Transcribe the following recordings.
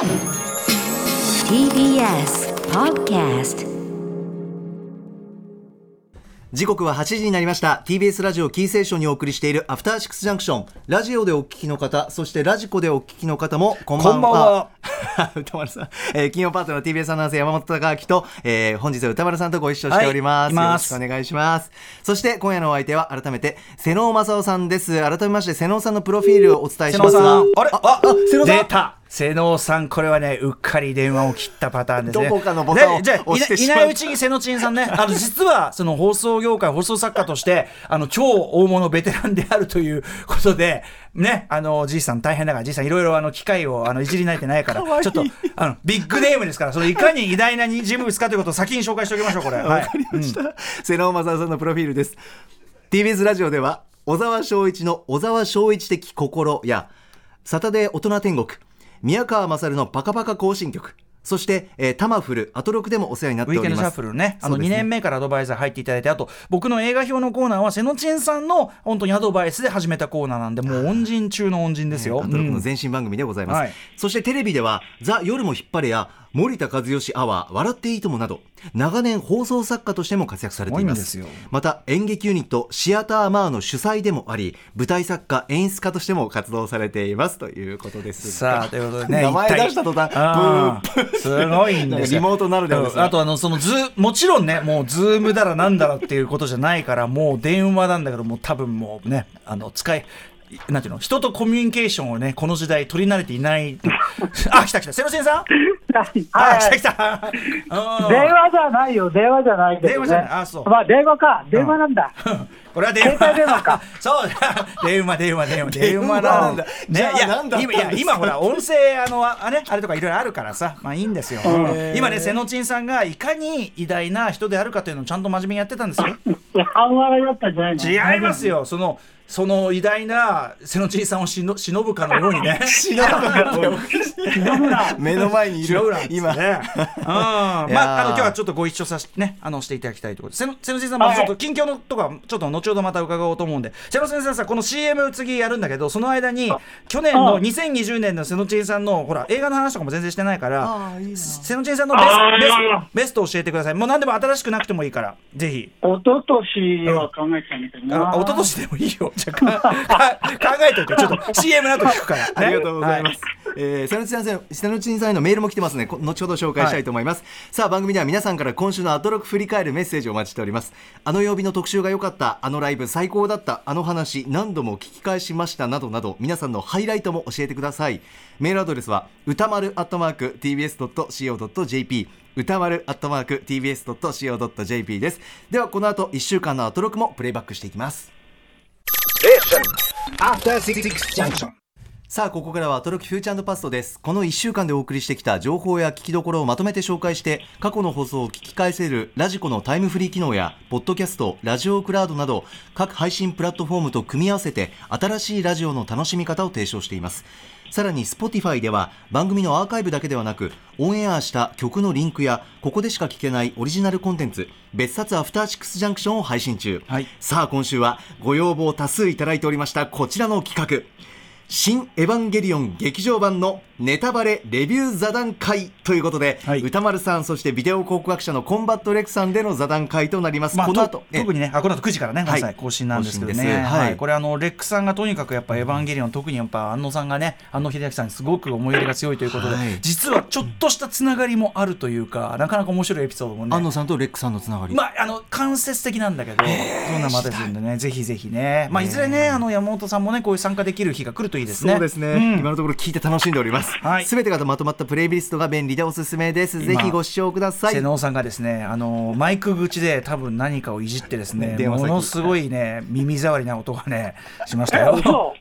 TBS Podcast。 時刻は8時になりました。 TBS ラジオキーセーションにお送りしているアフターシックスジャンクション。ラジオでお聞きの方、そしてラジコでお聞きの方もこんばんは。歌丸さん、金曜パートの TBS アナウンサー山本貴明と、本日は歌丸さんとご一緒しております、よろしくお願いします。そして今夜のお相手は改めて瀬能正夫さんです。改めまして瀬能さんのプロフィールをお伝えしますが、 瀬能さん出た。瀬能さん、これはね、うっかり電話を切ったパターンですね。 どこかのボタンを押してしまう。いないうちに瀬能ちんさんね、実はその放送業界、放送作家として超大物ベテランであるということでね、じいさん大変だから、じいさんいろいろ機械をいじり慣れてないから、ちょっとビッグネームですから、そのいかに偉大な人物かということを先に紹介しておきましょう。これわかりました、瀬能正夫さんのプロフィールです。 TBS ラジオでは小沢昭一の小沢昭一的心やサタデー大人天国、宮川勝のパカパカ行進曲、そして、タマフルアトロクでもお世話になっております。 ウィーケンドシャッフルね、2年目からアドバイザー入っていただいて、あと僕の映画表のコーナーは瀬野珍さんの本当にアドバイスで始めたコーナーなんで、もう恩人中の恩人ですよ、 アトロクの前身番組でございます、 はい、 そしてテレビではザ・夜も引っ張れや森田和義アワー、笑っていいともなど長年放送作家としても活躍されています。また演劇ユニットシアターマーの主催でもあり、舞台作家演出家としても活動されていますということです。 さあ、ということでね、 名前出した途端すごいんですよ。 リモートなるでです、 あともちろんね、もうズームだらなんだらっていうことじゃないから、もう電話なんだけど、もう多分もうね、なんていうの、人とコミュニケーションをね、この時代取り慣れていない来た瀬野先生さん来た電話じゃないよ、電話じゃないけどね。 電話じゃない、そう、 まあ電話か、電話なんだ、 これは電話、 携帯電話かそう電話なんだね。今ほら音声あれとかいろいろあるからさ、まあいいんですよ。今ね、瀬野珍さんがいかに偉大な人であるかというのをちゃんと真面目にやってたんですよ。 半笑いだったんじゃないの？ 違いますよ。その偉大な瀬野珍さんを忍ぶかのようにね目の前にいる今ね、 今日はちょっとご一緒していただきたいということで、瀬野珍さんもちょっと近況のとかちょっと後ほどまた伺おうと思うんで、瀬野先生さ、この CM 次やるんだけど、その間に去年の2020年の瀬野珍さんのほら映画の話とかも全然してないから、瀬野珍さんのベスト教えてください。もう何でも新しくなくてもいいからぜひ。 一昨年は考えてたみたいな。 一昨年でもいいよ。考えといて、ちょっと CM の後聞くから、ね、 ありがとうございます。瀬野珍さんへのメールも来てますね。後ほど紹介したいと思います、さあ番組では皆さんから今週のアトロク振り返るメッセージをお待ちしております。曜日の特集が良かった、ライブ最高だった、話何度も聞き返しましたなどなど、皆さんのハイライトも教えてください。メールアドレスは歌丸@tbs.co.jp、歌丸@tbs.co.jp です。ではこの後1週間のアトロクもプレイバックしていきます。さあここからはアトロクフューチャー&パストです。この1週間でお送りしてきた情報や聞きどころをまとめて紹介して、過去の放送を聞き返せるラジコのタイムフリー機能やポッドキャスト、ラジオクラウドなど各配信プラットフォームと組み合わせて新しいラジオの楽しみ方を提唱しています。さらに Spotify では番組のアーカイブだけではなく、オンエアした曲のリンクやここでしか聞けないオリジナルコンテンツ、別冊アフターシックスジャンクションを配信中、さあ今週はご要望多数いただいておりましたこちらの企画、新エヴァンゲリオン劇場版のネタバレレビュー座談会ということで、歌丸さん、そしてビデオ考古学者のコンバットレックさんでの座談会となります。この後特にね、この後9時からね、更新なんですけどね、これレックさんがとにかくやっぱエヴァンゲリオン、特にやっぱ安野さんがね、安野秀明さんにすごく思い入れが強いということで、実はちょっとしたつながりもあるというか、なかなか面白いエピソードもね、 安野さんとレックさんのつながり、 間接的なんだけど、そんなまでするんでね、ぜひぜひね、いずれね、山本さんもね、こういう参加できる日が来るといいですね。 そうですね、今のところ聞いて楽しんでおります。すべてがまとまったプレイリストが便利でおすすめです。ぜひご視聴ください。 瀬能さんがですね、マイク口で多分何かをいじってですね、ものすごいね、耳障りな音がねしましたよ。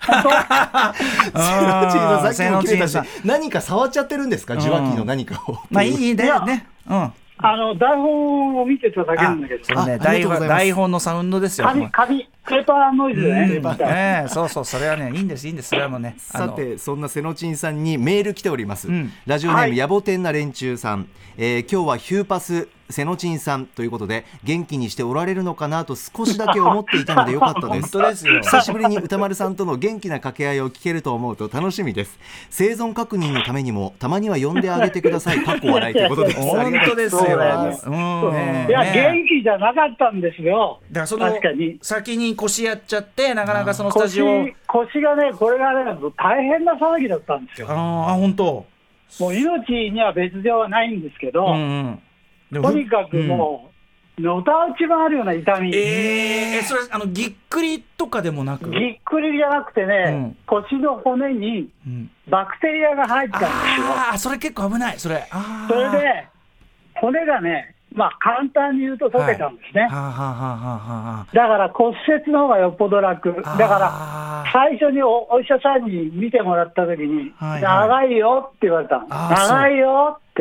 瀬能珍さん何か触っちゃってるんですか、受話器の何かを。 いいね。 台本を見てただけなんだけど、 台本のサウンドですよ。 カビペーパーノイズね。 そうそう、それはねいいんですいいんです、それはもうね。 さてそんなセノチンさんにメール来ております、ラジオネーム、 はい野暮天な連中さん、今日はヒューパスセノチンさんということで元気にしておられるのかなと少しだけ思っていたのでよかったです本当ですよ。 久しぶりに歌丸さんとの元気な掛け合いを聞けると思うと楽しみです。生存確認のためにもたまには呼んであげてください。かっこ笑いということです本当ですよ。 そうだよねいや、元気じゃなかったんですよ。 だからその確かに先に腰やっちゃってなかなかそのスタジオ腰がね、これがね、大変な騒ぎだったんですよ。 本当。 もう命には別状はないんですけど、 でもとにかくもう、のたうち回るような痛み。 それぎっくりとかでもなく、 ぎっくりじゃなくてね、腰の骨にバクテリアが入ったんですよ。 それ結構危ない。それで骨がね、まあ簡単に言うと溶けたんですね。だから骨折の方がよっぽど楽。だから最初にお医者さんに見てもらった時に、長いよって言われたの。長いよって。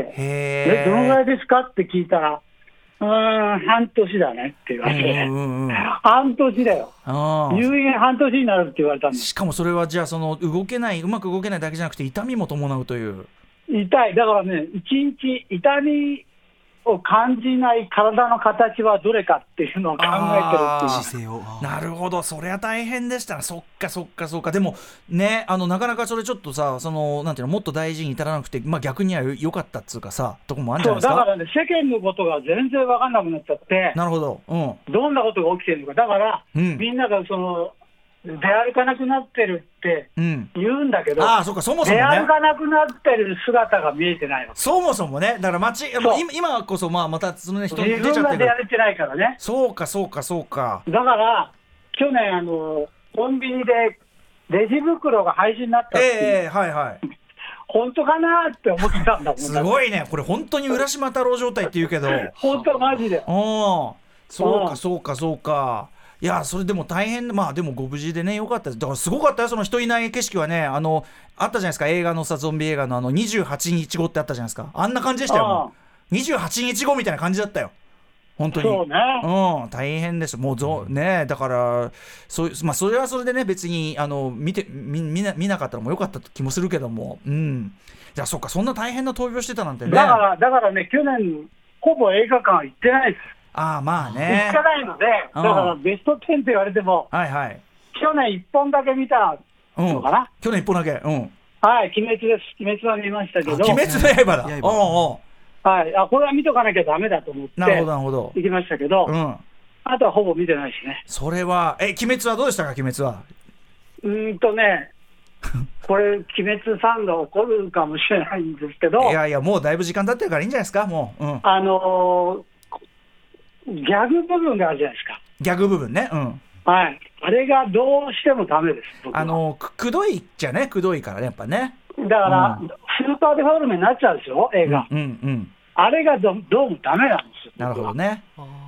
どのぐらいですかって聞いたら、半年だねって言われて、半年だよ。入院半年になるって言われたんです。 しかもそれはじゃあそのうまく動けないだけじゃなくて痛みも伴うという。 痛い。だからね、一日痛みを感じない体の形はどれかっていうのを考えてるっていう姿勢を。 なるほど、それは大変でしたな。そっか。でもね、なかなかそれちょっとさ、そのなんていうの、もっと大事に至らなくて、逆には良かったっつうかさ、とこもあるんじゃないですか。 だからね、世間のことが全然分かんなくなっちゃって。 なるほど。 どんなことが起きてるのか。だから、みんながその出歩かなくなってるって言うんだけど、 そうか、そもそもね、 出歩かなくなってる姿が見えてないの。 そもそもね、だから今こそまたそのね、人出ちゃってる。 自分が出歩いてないからね。 そうか。 だから去年コンビニでレジ袋が廃止になったっていう。本当かなって思ってたんだもん。 すごいね、これ本当に浦島太郎状態って言うけど本当マジで。 そうか。いや、それでも大変。でもご無事でね、よかったです。だからすごかったよ、その人いない景色はね。あったじゃないですか、映画のゾンビ映画の28日後ってあったじゃないですか。あんな感じでしたよ。28日後みたいな感じだったよ、本当に。 そうね。 大変です。もうね、だからそれはそれでね、別に見なかったらもよかった気もするけども。じゃあそっか、そんな大変な闘病してたなんてね。 だからね、去年ほぼ映画館は行ってないです。 行かないので、だからベスト10って言われても、去年1本だけ見たのかな。 去年1本だけ。 はい、鬼滅です。鬼滅は見ましたけど。 鬼滅の刃だ。 はい、これは見とかなきゃダメだと思って行きましたけど、あとはほぼ見てないしね。 それは鬼滅はどうでしたか。鬼滅はこれ鬼滅ファンが怒るかもしれないんですけど、 いやもうだいぶ時間経ってるからいいんじゃないですか。もうギャグ部分があるじゃないですか。 ギャグ部分ね。 はい、あれがどうしてもダメです。 くどいっちゃね、くどいからね、やっぱね。 だから、スーパーデフォルメになっちゃうんですよ、映画。あれがどうもダメなんですよ。 なるほどね。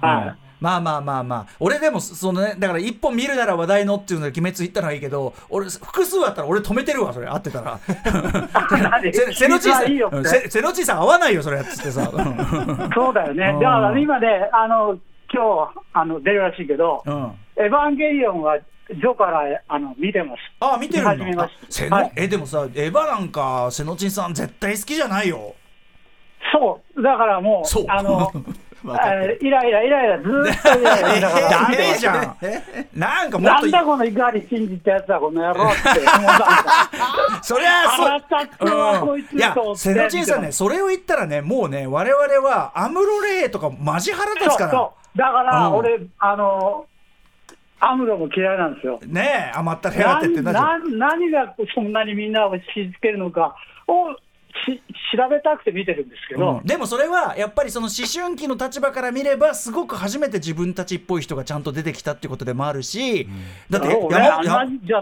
俺でもだから一本見るなら話題のっていうので鬼滅行ったのはいいけど、俺複数あったら俺止めてるわ、それ合ってたら。背の小さん合わないよそれっつってさ。 そうだよね。だから今ね、今日出るらしいけど、エヴァンゲリオンはジョから見てます。 見てるの。でもさ、エヴァなんか瀬野ちさん絶対好きじゃないよ。 そうだからもうイライラずーっとイライラダメじゃん。なんかもっとなんだこの怒り信じたやつはこの野郎ってそりゃそう。 いや、瀬野ちさんね、それを言ったらね、もうね、我々はアムロレイとかマジ腹立つから。 だから俺アムロも嫌いなんですよ。 ねえ、甘ったれやがってって何がそんなにみんなを傷つけるのかを調べたくて見てるんですけど、 でもそれはやっぱりその思春期の立場から見ればすごく初めて自分たちっぽい人がちゃんと出てきたっていうことでもあるし、だって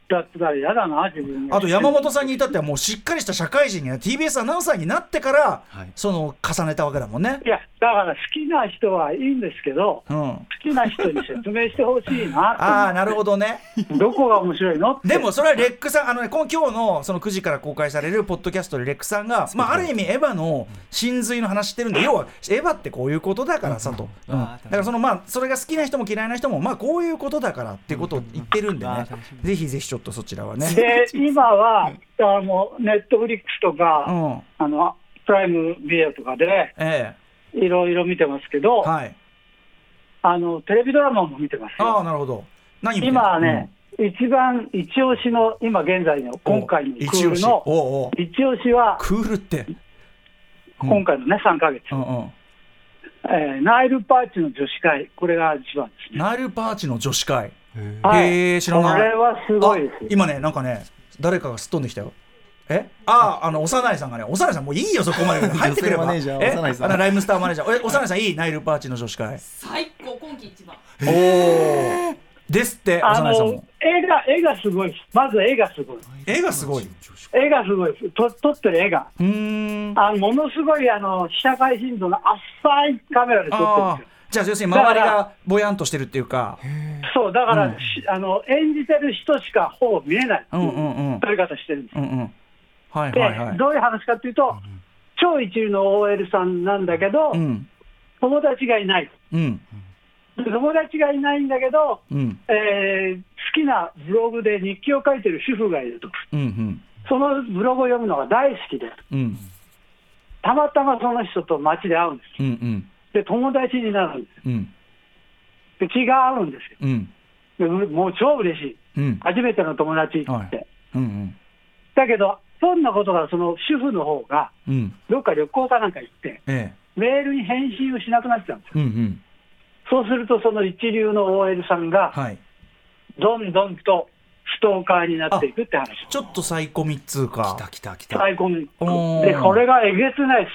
だったら嫌だな、自分に。 あと山本さんに至ってはもうしっかりした社会人に TBS アナウンサーになってから、はい、その重ねたわけだもんね。 いやだから好きな人はいいんですけど、うん、好きな人に説明してほしいなああなるほどね。 どこが面白いのって。 でもそれはレックさん今日のその9時から公開されるポッドキャストでレックさんが、まあ、ある意味エヴァの真髄の話してるんで、要はエヴァってこういうことだからさと、うん、だからそのまあそれが好きな人も嫌いな人もまあこういうことだからっていうことを言ってるんでね、ぜひぜひちょっとそちらはね。 で今はネットフリックスとか、うん、プライムビデオとかで、いろいろ見てますけど、はい、テレビドラマも見てますよ。 ああなるほど。何見てる？ 今はね、一番一押しの今現在の今回のクールの一押しはクールって、 今回のね3ヶ月、ナイルパーチの女子会、これが一番ですね。 ナイルパーチの女子会、 はい、 知らない。 これはすごいです。 今ねなんかね誰かがすっ飛んできたよ。幼いさんがね、幼いさんもういいよそこまで入ってくれば。ライムスターマネージャー、幼いさんいい？ナイルパーチの女子会最高、今季一番。 おーですって。幼いさんも絵がすごい。まず絵がすごい。 絵がすごい。 絵がすごい。撮ってる絵がものすごい被写界深度の浅いカメラで撮ってるんですよ。 じゃあ要するに周りがぼやんとしてるっていうか。 そうだから、演じてる人しかほぼ見えない撮り方してるんですよ。でどういう話かというと、超一流の OL さんなんだけど、友達がいない、友達がいないんだけど、好きなブログで日記を書いてる主婦がいると、そのブログを読むのが大好きで、たまたまその人と街で会うんです、で友達になるんです、で気が合うんですよ、でもう超嬉しい、初めての友達って、だけどそんなことがその主婦の方が、どっか旅行かなんか行って、メールに返信をしなくなっちゃうんですよ、そうするとその一流の OL さんが、どんどんとストーカーになっていくって話。 ちょっとサイコミっつうか。 サイコミで、これがえげつないです。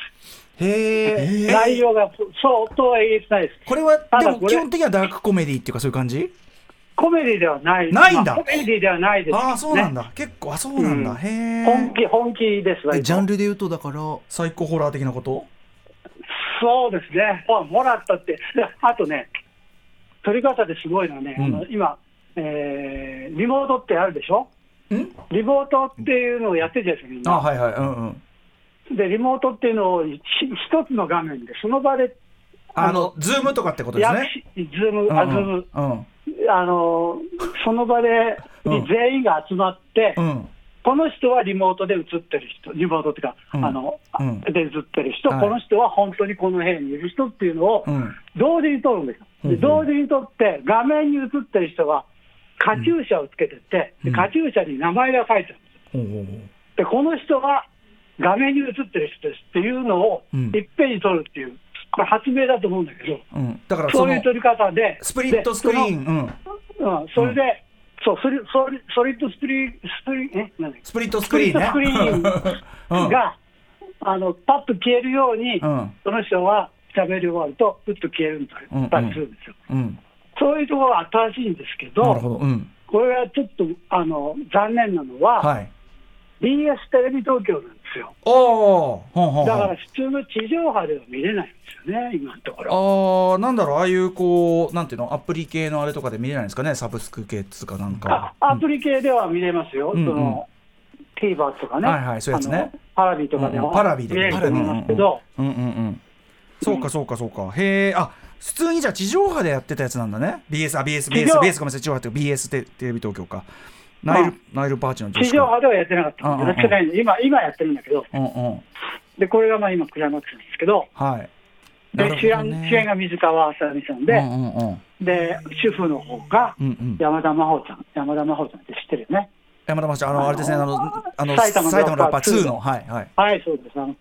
内容が相当えげつないです。 これはでも基本的にはダークコメディっていうかそういう感じ？ コメディではない。 ないんだ。 コメディではないです、ね。 ああそうなんだ。結構そうなんだ。 本気です。 ジャンルで言うとだからサイコホラー的なこと？ そうですね。もらったって。あとね、撮り方ですごいのはね、今、リモートってあるでしょ？リモートっていうのをやってるじゃないですか、みんな。でリモートっていうのを一つの画面でその場でズームとかってことですね。 ズーム、その場で全員が集まって、この人はリモートで映ってる人、リモートっていうか、で映ってる人、この人は本当にこの部屋にいる人っていうのを同時に撮るんですよ。で同時に撮って画面に映ってる人はカチューシャをつけてて、カチューシャに名前が書いてあるんですよ。でこの人は画面に映ってる人ですっていうのをいっぺんに撮るっていう、これ発明だと思うんだけど、 だからそういう撮り方でスプリットスクリーン、 それで、ソリッドスプリットスクリーンがパッと消えるように、その人は喋り終わるとプッと消えるんだったりするんですよ。そういうところが新しいんですけど、これはちょっと残念なのは、BS テレビ東京なんですよ。だから普通の地上波では見れないんですよね、今のところ。 なんだろう、ああいうこうなんていうの、アプリ系のあれとかで見れないんですかね、サブスク系つかなんか。 アプリ系では見れますよ、その TVer とかね、 そういうやつね、 パラビとかでは見れると思いますけど、 そうかそうかそうか。へえ、普通にじゃあ地上波でやってたやつなんだね。BS ごめんなさい、地上波って BS テレビ東京か。ナイルパーチの女子会。 地上波ではやってなかった。今やってるんだけど、でこれが今クライマックスなんですけど、で主演が水川あさみさんで、で主婦の方が山田真帆ちゃんって知ってるよね。 山田真帆ちゃん、あれですね、埼玉のラッパー2の、 そうです、この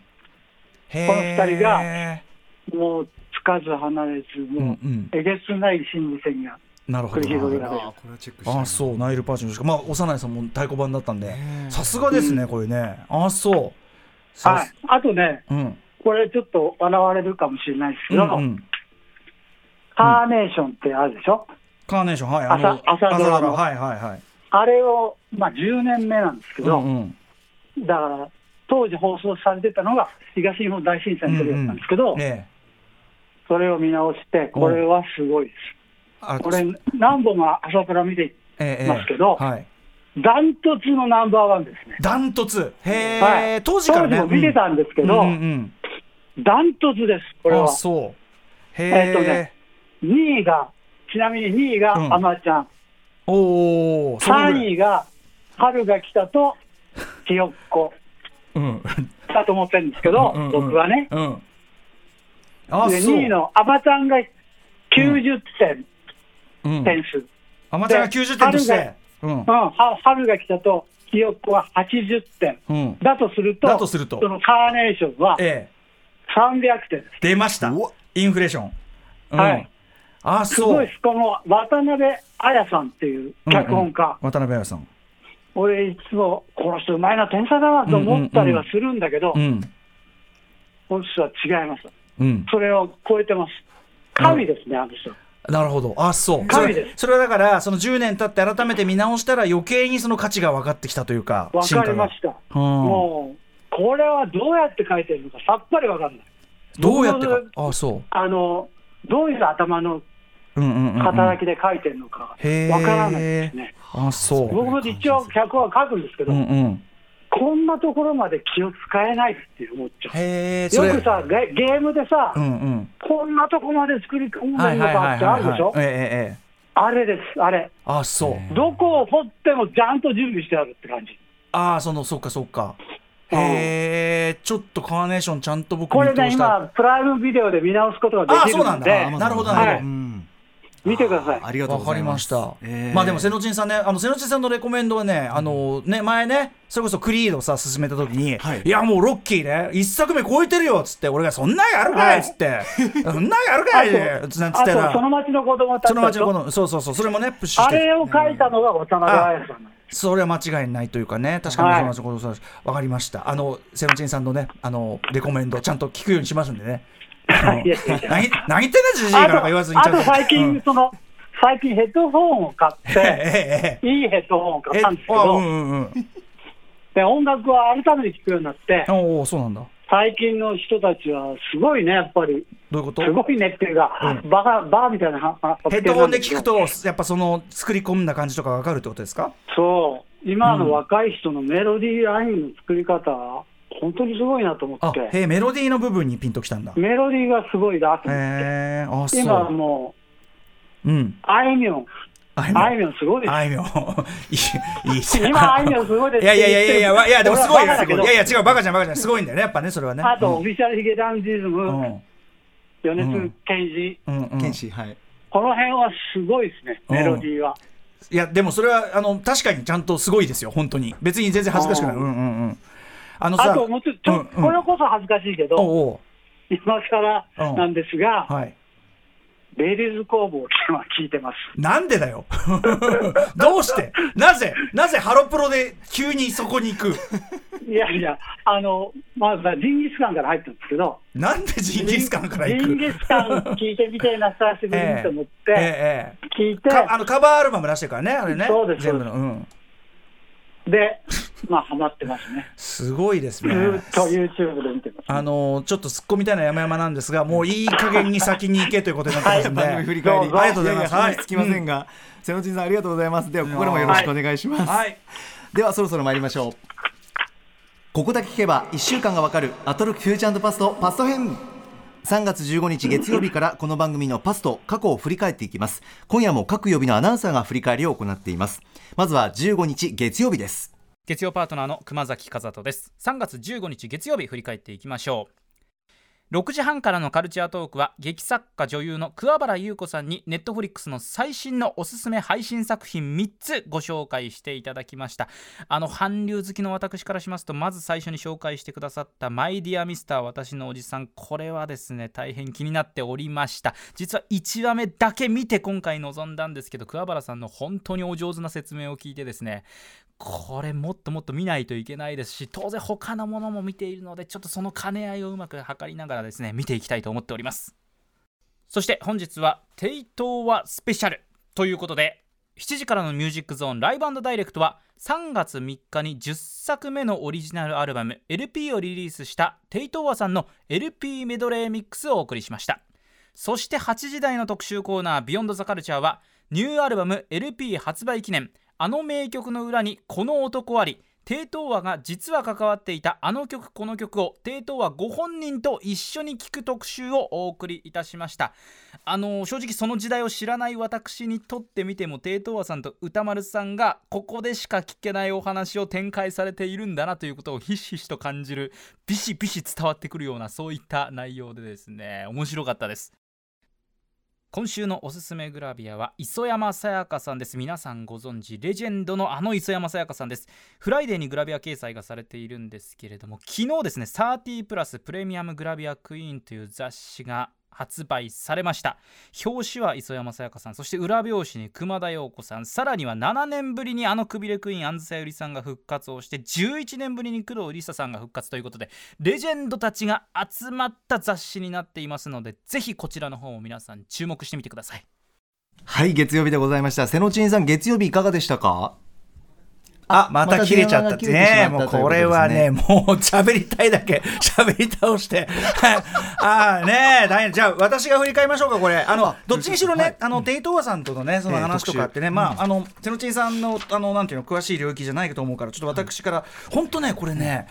2人がもうつかず離れず、もうえげつない心理戦が繰り広げられる。 そう、ナイルパーチの女子会、幼いさんも太鼓判だったんで、さすがですね、これね。あとね、これちょっと笑われるかもしれないですけど、カーネーションってあるでしょ。 カーネーション、 朝ドラの。 あれを、10年目なんですけど、だから当時放送されてたのが東日本大震災の時だったんですけど、それを見直して、これはすごいです。これ何本も朝から見てますけど、ダントツのナンバーワンですね。 ダントツ。へー、当時からね。 当時も見てたんですけど、ダントツです、これは。 そう。へー。2位が、ちなみに2位がアマちゃん。3位が春が来たとひよっこ。だと思ってるんですけど、僕はね。で、2位のアマちゃんが90点、点数。 アマちゃんが90点として。 春が来たとひよっこは80点、だとするとそのカーネーションは300点です。 出ました、インフレーション。 すごいです。この渡辺彩さんっていう脚本家、 渡辺彩さん、 俺いつもこの人うまいな、天才だなと思ったりはするんだけど、この人は違います、それを超えてます。神ですね、あの人。 なるほど。そう。それはだからその10年経って改めて見直したら余計にその価値が分かってきたというか。 分かりました。もうこれはどうやって書いてるのかさっぱり分かんない。 どうやってか。そう。 どういう頭の働きで書いてるのか分からないですね。 そう。 僕も一応脚は書くんですけど、こんなところまで気を使えないって思っちゃう。よくさ、ゲームでさ、こんなとこまで作り込んでるのかってあるでしょ。あれです、あれ。 そう。 どこを掘ってもちゃんと準備してあるって感じ。 そっかそっか。ちょっとカーネーションちゃんと僕これね、今プライムビデオで見直すことができるので。 なるほどなるほど。 見てください。 ありがとうございます。 わかりました。でも瀬野珍さんね、瀬野珍さんのレコメンドはね、前ね、それこそクリードさ進めた時に、いやもうロッキーね、1作目超えてるよっつって、俺がそんなやるかいっつって、そんなやるかいっつってら、 その町の子供たち、 その町の子供、そうそれもねプッシュして、 あれを書いたのが渡辺彩さん。 それは間違いないというかね、確かにそう分かりました。瀬野珍さんのね、レコメンドちゃんと聞くようにしますんでね。何言ってんだじじいからか言わずに。 あと最近ヘッドホンを買っていいヘッドホンを買ったんですけど、で音楽は改めて聴くようになって、 そうなんだ。 最近の人たちはすごいね、やっぱり。 どういうこと？ すごいねっていうか、バカみたいなヘッドホンで聞くとやっぱその作り込んだ感じとか分かるってことですか？ そう、今の若い人のメロディーラインの作り方は本当にすごいなと思って。 メロディーの部分にピンときたんだ。 メロディーがすごいなと思って。今もうあいみょんすごいです。 あいみょんいい今あいみょんすごいです。 いやでもすごいよ。いや違う、バカじゃんすごいんだよね、やっぱね、それはね。 あとオフィシャルヒゲダンディズム、米津玄師、この辺はすごいですね、メロディーは。 いやでもそれは確かにちゃんとすごいですよ、本当に。別に全然恥ずかしくない。 あともうちょっとこれこそ恥ずかしいけど、今更なんですが、ベイリーズ工房を聞いてます。 なんでだよどうしてなぜハロプロで急にそこに行くいやまずジンギスカンから入ったんですけど、 なんでジンギスカンから行く？ ジンギスカン聞いてみてえな、久しぶりにと思って聞いて、 カバーアルバム出してるからね、あれね。 そうです、 全部の。 でハマってますね。 すごいですね。 ずっと YouTube で見てます、 ちょっと突っ込みたいな山々なんですが、もういい加減に先に行けということになってますんで、 番組振り返りありがとうございます。話つきませんが、瀬野珍さんありがとうございます。ではここからもよろしくお願いします。ではそろそろ参りましょう。ここだけ聞けば1週間がわかるアトロックフューチャー&パストパスト編。3月15日月曜日からこの番組のパスト過去を振り返っていきます。今夜も各曜日のアナウンサーが振り返りを行っています。まずは15日月曜日です。 月曜パートナーの熊崎和人です。3月15日月曜日振り返っていきましょう。6時半からのカルチャートークは劇作家女優の桑原優子さんにネットフリックスの最新のおすすめ配信作品3つご紹介していただきました。韓流好きの私からしますと、まず最初に紹介してくださったマイディアミスター私のおじさん、これはですね大変気になっておりました。実は1話目だけ見て今回臨んだんですけど、桑原さんの本当にお上手な説明を聞いてですね、これもっともっと見ないといけないですし、当然他のものも見ているので、ちょっとその兼ね合いをうまく図りながらですね見ていきたいと思っております。そして本日はテイトーワスペシャルということで、 7時からのミュージックゾーンライブ&ダイレクトは3月3日に10作目のオリジナルアルバム LP をリリースしたテイトーアさんの LP メドレーミックスをお送りしました。そして8時台の特集コーナービヨンドザカルチャーはニューアルバム LP 発売記念、あの名曲の裏にこの男あり、テイトーアが実は関わっていたあの曲この曲をテイトーアご本人と一緒に聴く特集をお送りいたしました。正直その時代を知らない私にとってみても、テイトーアさんと歌丸さんがここでしか聞けないお話を展開されているんだなということをひしひしと感じる、ビシビシ伝わってくるようなそういった内容でですね、面白かったです。今週のおすすめグラビアは磯山さやかさんです。皆さんご存知レジェンドの磯山さやかさんです。フライデーにグラビア掲載がされているんですけれども、昨日ですね30プラスプレミアムグラビアクイーンという雑誌が発売されました。表紙は磯山さやかさん、そして裏表紙に熊田曜子さん、さらには7年ぶりにくびれクイーン杏さゆりさんが復活をして、11年ぶりに工藤梨沙さんが復活ということで、レジェンドたちが集まった雑誌になっていますので、ぜひこちらの方も皆さん注目してみてください。 はい、月曜日でございました。瀬野珍さん、月曜日いかがでしたか？ また切れちゃったってね。もうこれはね、もう喋りたいだけ喋り倒してね、大変。じゃあ私が振り返りましょうか。これどっちにしろね、テイトーアさんとのねその話とかってね、瀬野珍さんのなんていうの詳しい領域じゃないと思うから、ちょっと私から本当ねこれね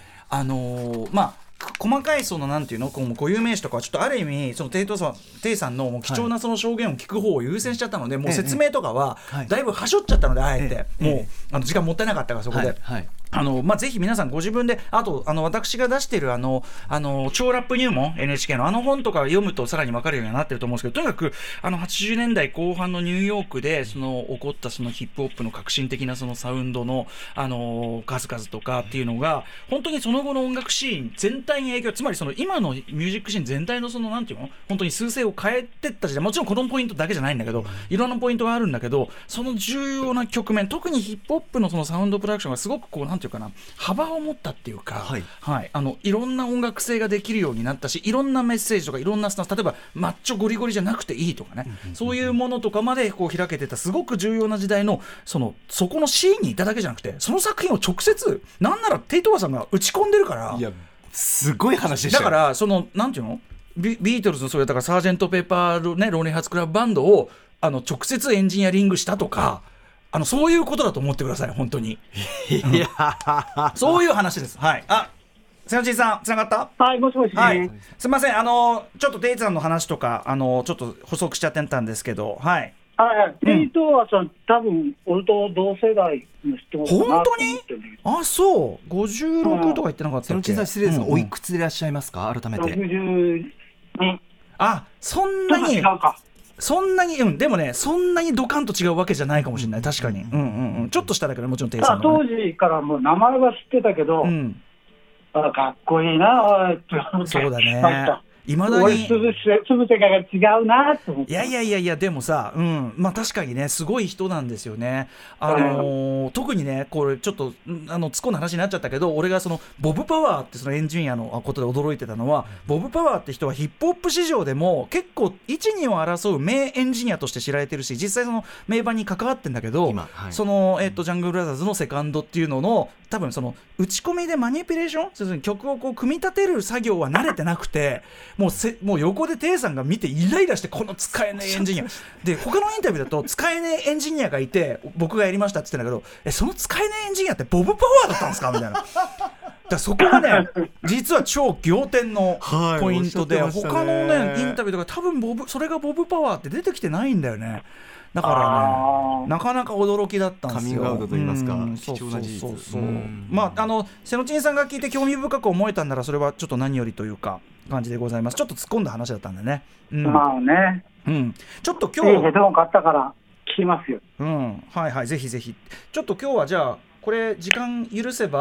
細かいそのなんていうの固有名詞とかはちょっとある意味そのテイさんのもう貴重なその証言を聞く方を優先しちゃったので、もう説明とかはだいぶはしょっちゃったので、あえてもう時間もったいなかったからそこで。ぜひ皆さんご自分で、あと私が出している超ラップ入門 NHK の本とか読むとさらに分かるようにはなってると思うんですけど、とにかく80年代後半のニューヨークで起こったそのヒップホップの革新的なそのサウンドの数々とかっていうのが本当にその後の音楽シーン全体に影響、つまりその今のミュージックシーン全体のそのなんていうの本当に数勢を変えてった時代、もちろんこのポイントだけじゃないんだけど、いろんなポイントがあるんだけど、その重要な局面、特にヒップホップのそのサウンドプロダクションがすごくなんていうかな、幅を持ったっていうか、いろんな音楽性ができるようになったし、いろんなメッセージとかいろんなスタンス、例えばマッチョゴリゴリじゃなくていいとかね、そういうものとかまで開けてたすごく重要な時代のそこのシーンにいただけじゃなくて、その作品を直接なんならテイトーアさんが打ち込んでるから、 いやすごい話でしたよ。 だからなんていうのビートルズのそれだからサージェントペーパーね、ローリンハーツクラブバンドを直接エンジニアリングしたとか、そういうことだと思ってください本当に。いやそういう話です。はい。瀬野珍さんつながった？ はい、もしもし、 はい、すみません、ちょっとデイツさんの話とかちょっと補足しちゃってたんですけど、はい。 テイトーアさん、多分俺と同世代の人かなと思ってる。 本当に？そう56とか言ってなかったっけ？ 瀬野珍さん失礼ですが、おいくつでいらっしゃいますか？改めて。 62。 そんなに。そんなに、でもね、そんなにドカンと違うわけじゃないかもしれない、確かに。ちょっとしただけど、もちろんテイさんの、 当時からもう名前は知ってたけど、かっこいいなって思って。 そうだね。いまだに俺つぶてが違うなと思って。 いやでもさ、確かにねすごい人なんですよね。特にねこれちょっと突っ込んだ話になっちゃったけど、俺がそのボブ・パワーってそのエンジニアのことで驚いてたのは、ボブ・パワーって人はヒップホップ市場でも結構一二を争う名エンジニアとして知られてるし、実際その名盤に関わってんだけど、そのジャングルブラザーズのセカンドっていうのの多分その打ち込みでマニピュレーション、要するに曲を組み立てる作業は慣れてなくて、もう横でテイさんが見てイライラして、この使えねえエンジニアで、他のインタビューだと使えねえエンジニアがいて僕がやりましたって言ってんだけど、その使えねえエンジニアってボブ・パワーだったんですかみたいな。だそこがね実は超仰天のポイントで、他のねインタビューとか多分それがボブ・パワーって出てきてないんだよね。だからねなかなか驚きだったんですよ。 カミングアウトといいますか、貴重な事実。 瀬野珍さんが聞いて興味深く思えたんなら、それはちょっと何よりというか感じでございます。ちょっと突っ込んだ話だったんでね。ちょっと今日ヘッドホン買ったから聞きますよ。 はいぜひぜひ。ちょっと今日はじゃあこれ時間許せば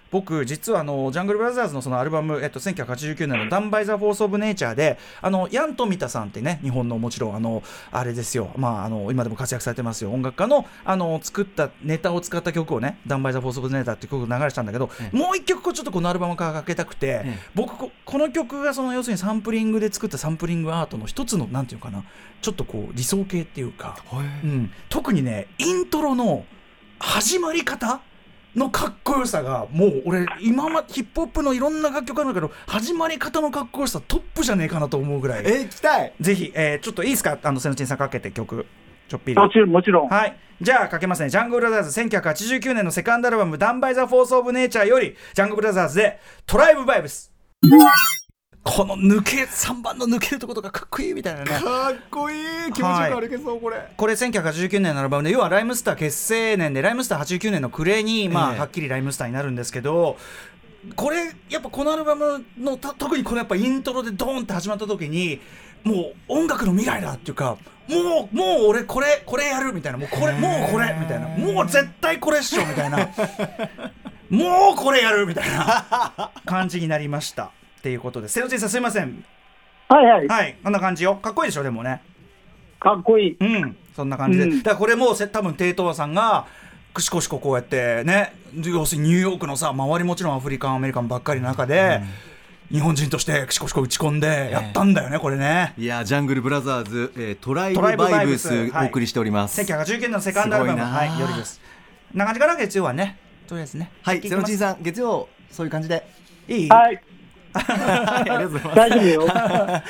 僕実はジャングルブラザーズのそのアルバム、1989年のダンバイザフォースオブネイチャーでヤン・トミタさんってね、日本のもちろんあれですよ、今でも活躍されてますよ、音楽家の作ったネタを使った曲をね、ダンバイザフォースオブネイチャーっていう曲を流れしたんだけど、もう一曲ちょっとこのアルバムからかけたくて、僕この曲が要するにサンプリングで作ったサンプリングアートの一つのなんていうかな、ちょっとこう理想形っていうか、特にねイントロの始まり方のかっこよさが、もう俺今までヒップホップのいろんな楽曲あるけど、始まり方のかっこよさトップじゃねえかなと思うぐらい。 聞きたい。 ぜひ、ちょっといいですか、セノチンさんかけて曲ちょっぴり。 もちろん。 はい、じゃあかけますね。ジャングルブラザーズ1989年のセカンドアルバムダンバイザフォースオブネイチャーよりジャングルブラザーズでトライブバイブス。この3番の抜けるところがかっこいいみたいなね。 かっこいい。気持ちよく歩けそう、これ 1989年のアルバムで、要はライムスター結成年で、ライムスター89年の暮れに、はっきりライムスターになるんですけど、これやっぱこのアルバムの特にこのやっぱイントロでドーンって始まった時に、もう音楽の未来だっていうか、もう俺これやるみたいな、もうこれみたいな、もう絶対これっしょみたいなもうこれやるみたいな感じになりましたっていうことで、瀬野さんすいません。はいこんな感じよ。かっこいいでしょ。でもねかっこいい。 そんな感じで、だからこれも多分テイトワさんがシコシコこうやってね、要するにニューヨークのさ、周りもちろんアフリカンアメリカンばっかりの中で、日本人としてシコシコ打ち込んでやったんだよね、これね。 いやジャングルブラザーズ、トライブバイブスお送りしております。 1989年のセカンドアルバムよりです。な感じかな、月曜はね。とりあえずね。 はい、セロチンさん月曜そういう感じでいい？ はいありがとうございます。 大丈夫よ。 はい。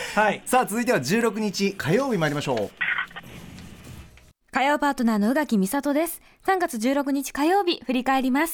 さあ続いては16日火曜日参りましょう。 火曜パートナーの宇垣美里です。3月16日火曜日振り返ります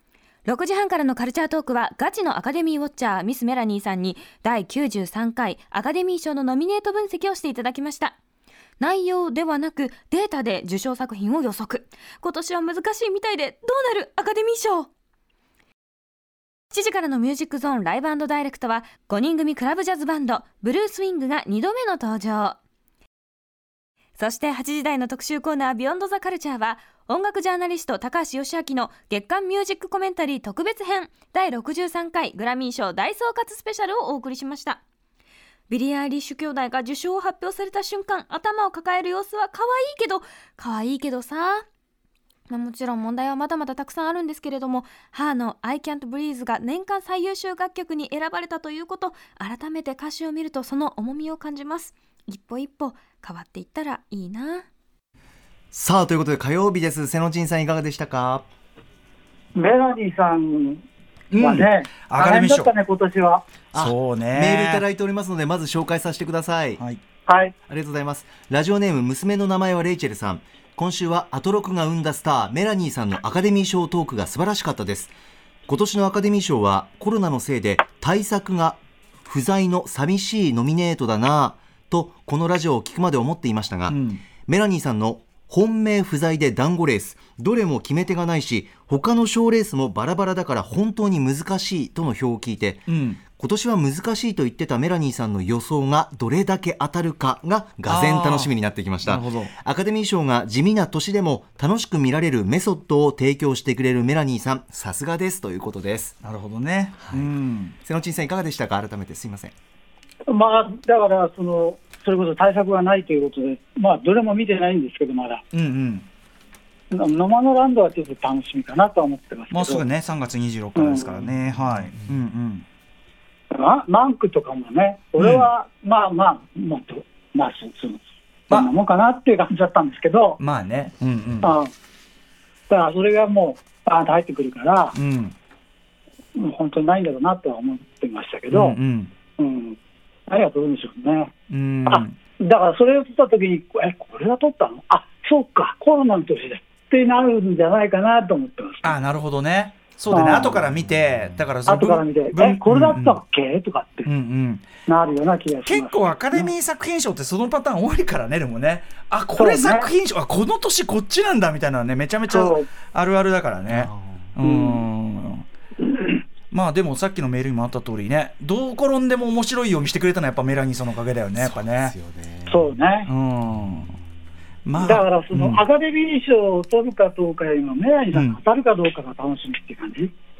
。6時半からのカルチャートークはガチのアカデミーウォッチャーミスメラニーさんに第93回アカデミー賞のノミネート分析をしていただきました。内容ではなくデータで受賞作品を予測。今年は難しいみたいでどうなるアカデミー賞。7時からのミュージックゾーンライブ&ダイレクトは5人組クラブジャズバンドブルースウィングが2度目の登場。そして8時台の特集コーナービヨンドザカルチャーは音楽ジャーナリスト高橋義明の月間ミュージックコメンタリー特別編第63回グラミー賞大総括スペシャルをお送りしました。ビリー・アイリッシュ兄弟が受賞を発表された瞬間、頭を抱える様子は可愛いけどさ、もちろん問題はまだまだたくさんあるんですけれども、ハーの I Can't Breathe が年間最優秀楽曲に選ばれたということ、改めて歌詞を見るとその重みを感じます。一歩一歩変わっていったらいいな。 さあということで火曜日です。瀬野珍さんいかがでしたか？ メラニーさんはね、 アカデミー賞大変だったね今年は。 そうね。 メールいただいておりますのでまず紹介させてください。 はい、 ありがとうございます。ラジオネーム娘の名前はレイチェルさん。今週はアトロクが生んだスターメラニーさんのアカデミー賞トークが素晴らしかったです。今年のアカデミー賞はコロナのせいで大作が不在の寂しいノミネートだなとこのラジオを聞くまで思っていましたが、メラニーさんの本命不在で団子レースどれも決め手がないし他の賞レースもバラバラだから本当に難しいとの表を聞いて、今年は難しいと言ってたメラニーさんの予想がどれだけ当たるかががぜん楽しみになってきました。アカデミー賞が地味な年でも楽しく見られるメソッドを提供してくれるメラニーさんさすがですということです。 なるほどね。 瀬野珍さんいかがでしたか？改めてすいません。 だからそれこそ対策がないということで、どれも見てないんですけどまだ。ノマノランドはちょっと楽しみかなとは思ってますけど。 もうすぐね3月26日からですからね。はい。 マンクとかもね、俺はそんなもんかなっていう感じだったんですけど、 まあね。 だからそれがもうバーンと入ってくるから、もう本当にないんだろうなとは思ってましたけど、ありがとうでしょうね。だからそれを取った時にこれが取ったの？そうかコロナの年でってなるんじゃないかなと思ってます。 なるほどね。そうだね。後から見て、だから後から見てこれだったっけとかってなるような気がします。 結構アカデミー作品賞ってそのパターン多いからね。でもね、これ作品賞、この年こっちなんだみたいなのね、めちゃめちゃあるあるだからね。でもさっきのメールにもあった通りね、どう転んでも面白いようにしてくれたのはやっぱメラニーさんのおかげだよね。やっぱね。 そうね。だからそのアカデミー賞を取るかどうかよりもメラニーさんが当たるかどうかが楽しみっていう感じ。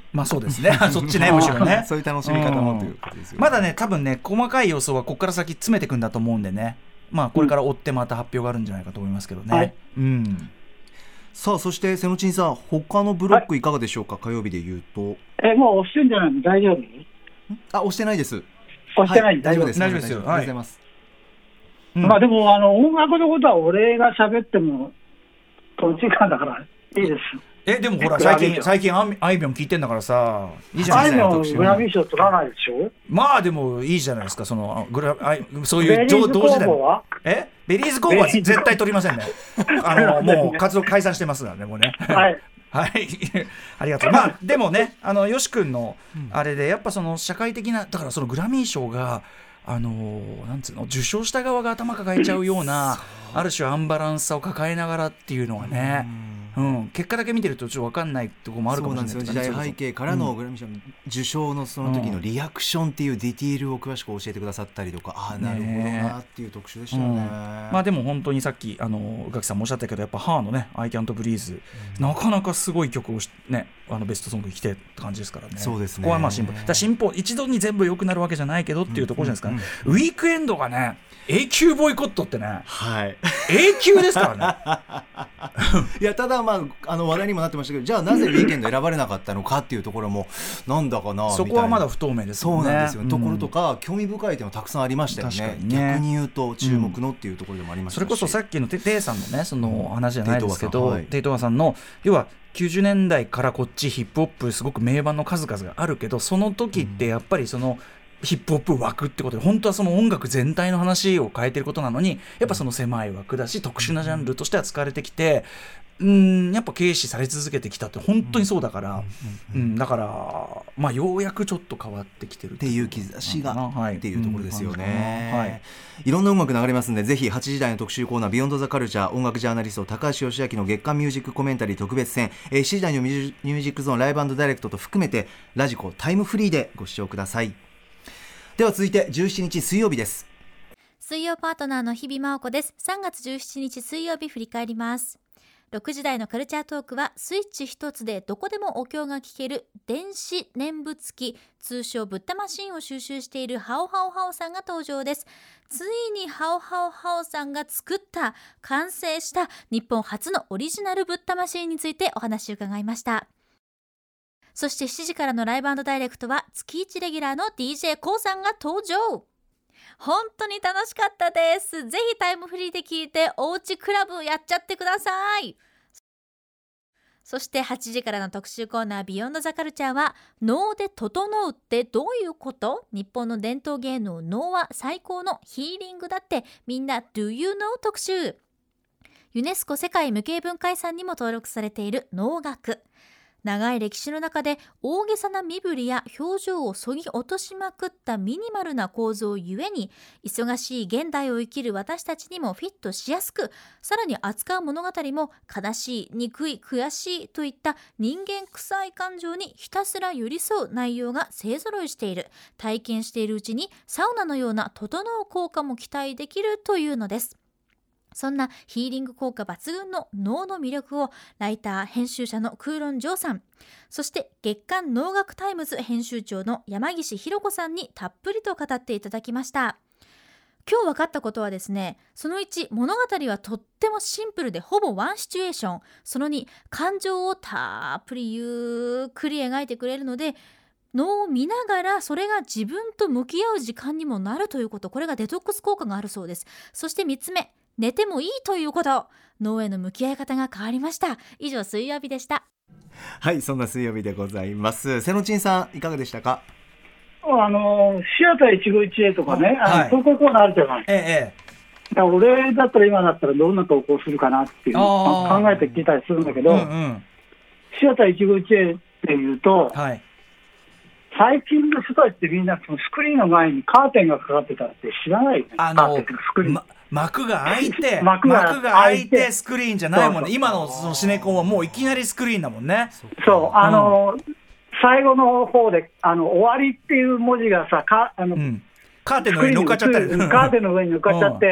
まあそうですねそっちねむしろねそういう楽しみ方もということですよね。 まだね多分ね細かい要素はここから先詰めていくんだと思うんでね、まあこれから追ってまた発表があるんじゃないかと思いますけどね、 はい、 さあそして瀬野珍さん他のブロックいかがでしょうか、火曜日で言うともう押してんじゃないの？大丈夫？ 押してないです。 押してない、 大丈夫です。 大丈夫ですよ。 ありがとうございます。 まあでも音楽のことは俺が喋ってもこの時間だからいいです。 でもほら最近あいみょん聞いてんだからさ、いいじゃないですか。 あいみょんグラミー賞取らないでしょ。 まあでもいいじゃないですか、そのそういう同時代のベリーズ工房は絶対取りませんねもう活動解散してますからねもうねはいはいありがとう。まあでもねよし君のあれでやっぱその社会的なだからそのグラミー賞がなんつうの受賞した側が頭抱えちゃうようなある種アンバランスさを抱えながらっていうのはね、結果だけ見てるとちょっと分かんないところもあるかもしれないです。 時代背景からのグラミー賞受賞のその時のリアクションっていうディティールを詳しく教えてくださったりとか、なるほどなっていう特集でしたよね。 まあでも本当にさっき宇垣さんもおっしゃったけどやっぱハーのね I Can't Breathe、なかなかすごい曲をねベストソングに来てって感じですからね。 そうですね。 ここはまあ進歩一度に全部良くなるわけじゃないけどっていうところじゃないですか、ウィークエンドがね永久ボイコットってね、永久ですからねいやただまあ話題にもなってましたけど、じゃあなぜウィークエンド選ばれなかったのかっていうところもなんだかなそこはまだ不透明ですよね。 そうなんですよ、ところとか興味深い点はたくさんありましたよね。逆に言うと注目のっていうところでもありましたし、 それこそさっきのテイさんのねその話じゃないですけど、テイトワさんの要は90年代からこっちヒップホップすごく名盤の数々があるけど、その時ってやっぱりそのヒップホップ枠ってことで本当はその音楽全体の話を変えてることなのにやっぱその狭い枠だし特殊なジャンルとして扱われてきて、やっぱ軽視され続けてきたって本当にそうだから、だからまあようやくちょっと変わってきてるっていう兆しがっていうところですよね。いろんな音楽流れますんでぜひ8時台の特集コーナービヨンドザカルチャー音楽ジャーナリスト高橋義明の月間ミュージックコメンタリー特別編、7時台のミュージックゾーンライブ&ダイレクトと含めてラジコタイムフリーでご視聴ください。では続いて17日水曜日です。 水曜パートナーの日々真央子です。3月17日水曜日振り返ります。6時台のカルチャートークはスイッチ一つでどこでもお経が聴ける電子念仏機通称ブッダマシンを収集しているハオハオハオさんが登場です。ついにハオハオハオさんが作った完成した日本初のオリジナルブッダマシンについてお話を伺いました。そして7時からのライブ&ダイレクトは月1レギュラーの DJ コウさんが登場。本当に楽しかったです。ぜひタイムフリーで聞いておうちクラブやっちゃってください。そして8時からの特集コーナービヨンドザカルチャーは能で整うってどういうこと？日本の伝統芸能能は最高のヒーリングだってみんな Do you know 特集。ユネスコ世界無形文化遺産にも登録されている能楽。長い歴史の中で大げさな身振りや表情をそぎ落としまくったミニマルな構造ゆえに忙しい現代を生きる私たちにもフィットしやすく、さらに扱う物語も悲しい、憎い、悔しいといった人間臭い感情にひたすら寄り添う内容が勢ぞろいしている。体験しているうちにサウナのような整う効果も期待できるというのです。そんなヒーリング効果抜群の能の魅力をライター編集者のクーロン・ジョーさん、そして月刊能楽タイムズ編集長の山岸弘子さんにたっぷりと語っていただきました。今日分かったことはですね、その1、物語はとってもシンプルでほぼワンシチュエーション。その2、感情をたっぷりゆっくり描いてくれるので能を見ながらそれが自分と向き合う時間にもなるということ、これがデトックス効果があるそうです。そして3つ目、寝てもいいということ、脳への向き合い方が変わりました。以上水曜日でした。 はい、そんな水曜日でございます。瀬野珍さんいかがでしたか？ シアター一期一会とかね、投稿コーナーあるじゃない。だから俺だったら今だったらどんな投稿するかなっていう考えて聞いたりするんだけど、シアター一期一会っていうと、最近の人たちってみんなそのスクリーンの前にカーテンがかかってたって知らないよね。カーテンスクリーン、 幕が開いて幕が開いてスクリーンじゃないもんね。今のそのシネコンはもういきなりスクリーンだもんね。 そう、最後の方で終わりっていう文字がさカーテンの上に乗っかっちゃって、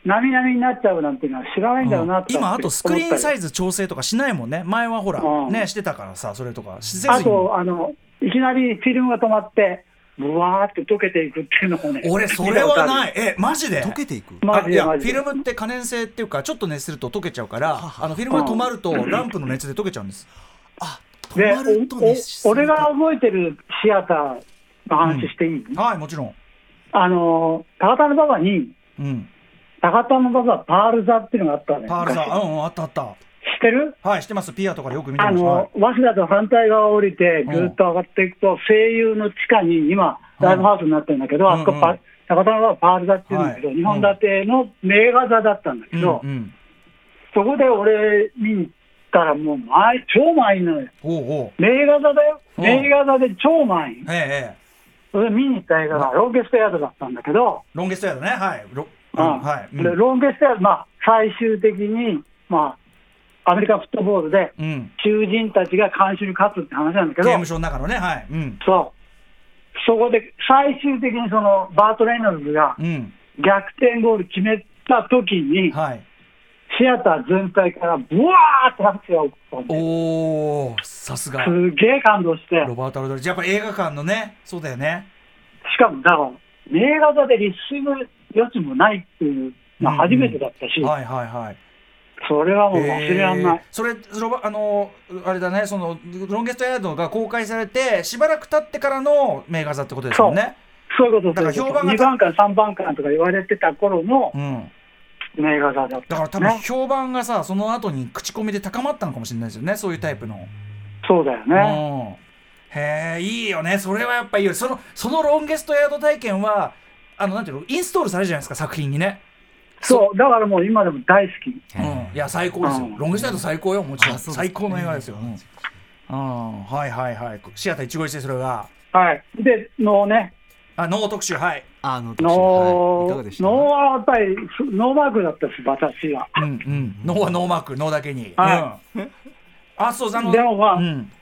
なみなみになっちゃうなんていうのは知らないんだろうなって今あとスクリーンサイズズ調整とかしないもんね。前はほら、ねしてたからさ、それとかせずに。 あといきなりフィルムが止まってブワーって溶けていくっていうのもね。 俺それはない。マジで溶けていく。 いやフィルムって可燃性っていうかちょっと熱すると溶けちゃうから、フィルムが止まるとランプの熱で溶けちゃうんです。 で俺が覚えてるシアターの話していい？ はい、もちろん。 高田馬場に、高田馬場パール座っていうのがあったね。 パール座、あったあった。 知ってる？ はい、知ってます。ピアとかでよく見てます。 早稲田と反対側を降りてぐっと上がっていくと、声優の地下に今ライブハウスになってるんだけど、あそこ高田馬場パール座っていうんだけど、2本立ての名画座だったんだけど、そこで俺見に行ったらもう超満員なのよ。名画座だよ。名画座で超満員。それで見に行った映画がロンゲストヤードだったんだけど、 ロンゲストヤードね、はい。 でロンゲストヤード、最終的に、アメリカンフットボールで、囚人たちが監視に勝つって話なんだけど、 ゲームショーの中のね、はい。 そこで最終的にそのバート・レイノルズが逆転ゴール決めた時に、シアター全体からブワーって拍手が起こったんで、 さすが。 すげえ感動して。 ロバート・アルドリッジ、やっぱ映画館のね、そうだよね。 しかもだから名画座で立水の余地もないっていうのは初めてだったし、それはもう忘れられない。 それあれだね、そのロンゲストヤードが公開されてしばらく経ってからの名画座ってことですよね。 そういうこと。だから評判が2番館3番館とか言われてた頃の名画座だった、ね、 だから多分評判がさ、その後に口コミで高まったのかもしれないですよね、そういうタイプの。 そうだよね。 へえ、いいよね。それはやっぱいいよ。そのロンゲストヤード体験はなんていうの、インストールされるじゃないですか、作品にね。 そうだからもう今でも大好き。 いや最高ですよ。ロンゲストヤード最高よ、もちろん。最高の映画ですよ。はいはいはい。シアター一期一会、それが。 で能ね。 能特集、はい。 能はやっぱりノーマークだったです、私は。 能はノーマーク、能だけに。そうでも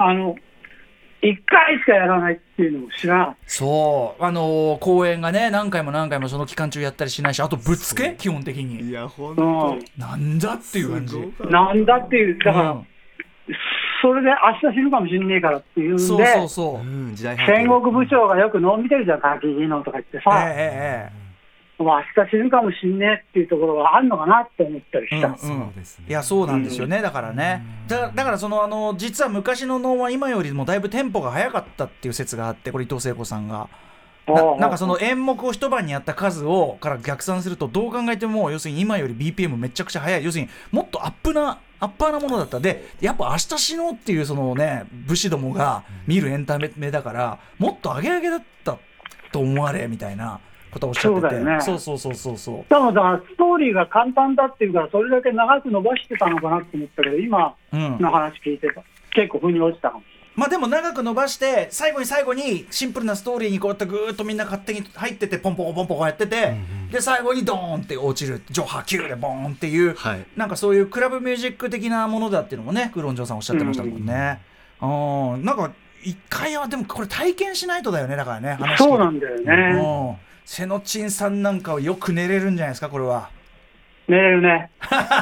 1回しかやらないっていうのも知らない。 そう公演がね、何回もその期間中やったりしないし、あとぶっつけ基本的に。 いや本当なんだっていう感じ。 なんだっていう、だからそれで明日死ぬかもしれねえからっていうんで、戦国武将がよく能見てるじゃん、柿木能とか言ってさ、明日死ぬかもしれねえっていうところがあるのかなって思ったりした。 いやそうなんですよね。だからね、だから実は昔の能は今よりもだいぶテンポが速かったっていう説があって、これ伊藤聖子さんがなんかその演目を一晩にやった数をから逆算すると、どう考えても要するに今より BPM めちゃくちゃ速い、要するにもっとアッパーなものだった。でやっぱ明日死のうっていうそのね、武士どもが見るエンタメだから、もっとアゲアゲだったと思われみたいなことをおっしゃってて。そうだよね。そうだからストーリーが簡単だっていうから、それだけ長く伸ばしてたのかなって思ったけど、今の話聞いてた、結構腑に落ちたかも。 でも長く伸ばして最後にシンプルなストーリーにこうやってぐーっとみんな勝手に入ってて、ポンポンやってて、で最後にドーンって落ちる、上波球でボーンっていう、なんかそういうクラブミュージック的なものだっていうのもね、クロンジョーさんおっしゃってましたもんね。なんか一回はでもこれ体験しないとだよね。だからね、 そうなんだよね。 セノチンさんなんかはよく寝れるんじゃないですか、これは。 寝れるね。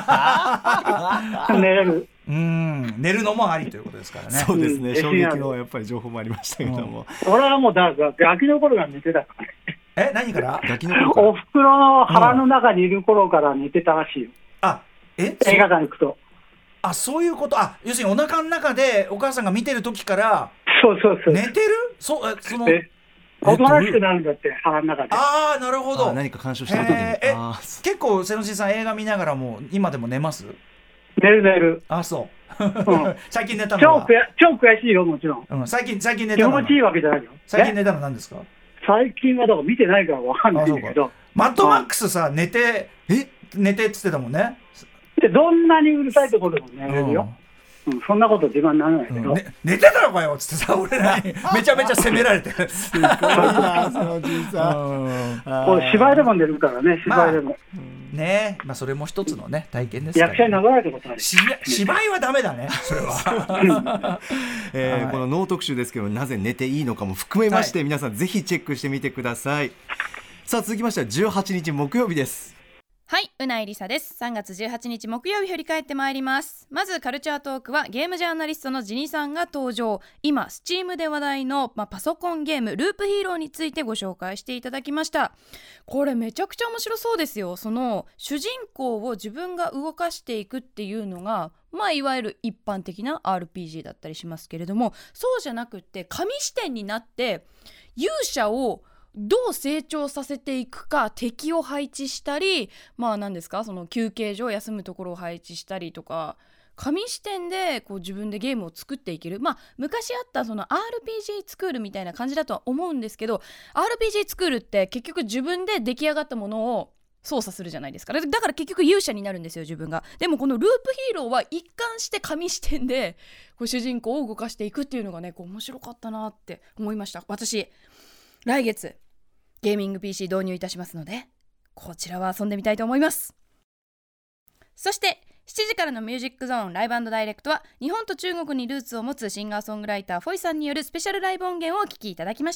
寝れる。 寝るのもありということですからね。 そうですね。衝撃のやっぱり情報もありましたけども。 俺はもうガキの頃から寝てたからね。 何から？ ガキの頃から。 お袋の腹の中にいる頃から寝てたらしいよ。映画館行くと。 そういうこと。要するにお腹の中でお母さんが見てる時から。 そう。 寝てる？ おとなしくなるんだって、腹の中で。 なるほど。 何か鑑賞した時に。 結構瀬野さん映画見ながらも今でも寝ます？ 寝る。 そう。最近寝たのは超悔しいよ、もちろん。 最近寝たのは気持ちいいわけじゃないよ。 最近寝たの何ですか？ 最近はだから見てないから分かんないけど、 マッドマックスさ、寝てっつってたもんね。 でどんなにうるさいところでも寝れるよ。そんなこと自慢にならないけど、 寝てたのかよっつってさ、俺らにめちゃめちゃ責められて。すごいな、そのおじいさん。芝居でも寝るからね、芝居でも。 それも一つのね、体験ですから。 役者に殴られたことある。 芝居はダメだね、それは。 この脳特集ですけど、なぜ寝ていいのかも含めまして、皆さんぜひチェックしてみてください。さあ続きましては18日木曜日です。 はい、うないりさです。3月18日木曜日振り返ってまいります。まずカルチャートークはゲームジャーナリストのジニさんが登場。今スチームで話題の、パソコンゲームループヒーローについてご紹介していただきました。これめちゃくちゃ面白そうですよ。その主人公を自分が動かしていくっていうのがいわゆる一般的な RPG だったりしますけれども、そうじゃなくって紙視点になって勇者をどう成長させていくか、敵を配置したり、何ですか、その休憩所、休むところを配置したりとか、紙視点でこう自分でゲームを作っていける。昔あったその RPG スクールみたいな感じだとは思うんですけど、 RPG スクールって結局自分で出来上がったものを操作するじゃないですか。だから結局勇者になるんですよ、自分が。でもこのループヒーローは一貫して紙視点でこう主人公を動かしていくっていうのがね、こう面白かったなって思いました。私来月ゲーミング PC 導入いたしますので、こちらは遊んでみたいと思います。そして7時からのミュージックゾーンライブ&ダイレクトは、日本と中国にルーツを持つシンガーソングライターフォイさんによるスペシャルライブ音源をお聴きいただきました。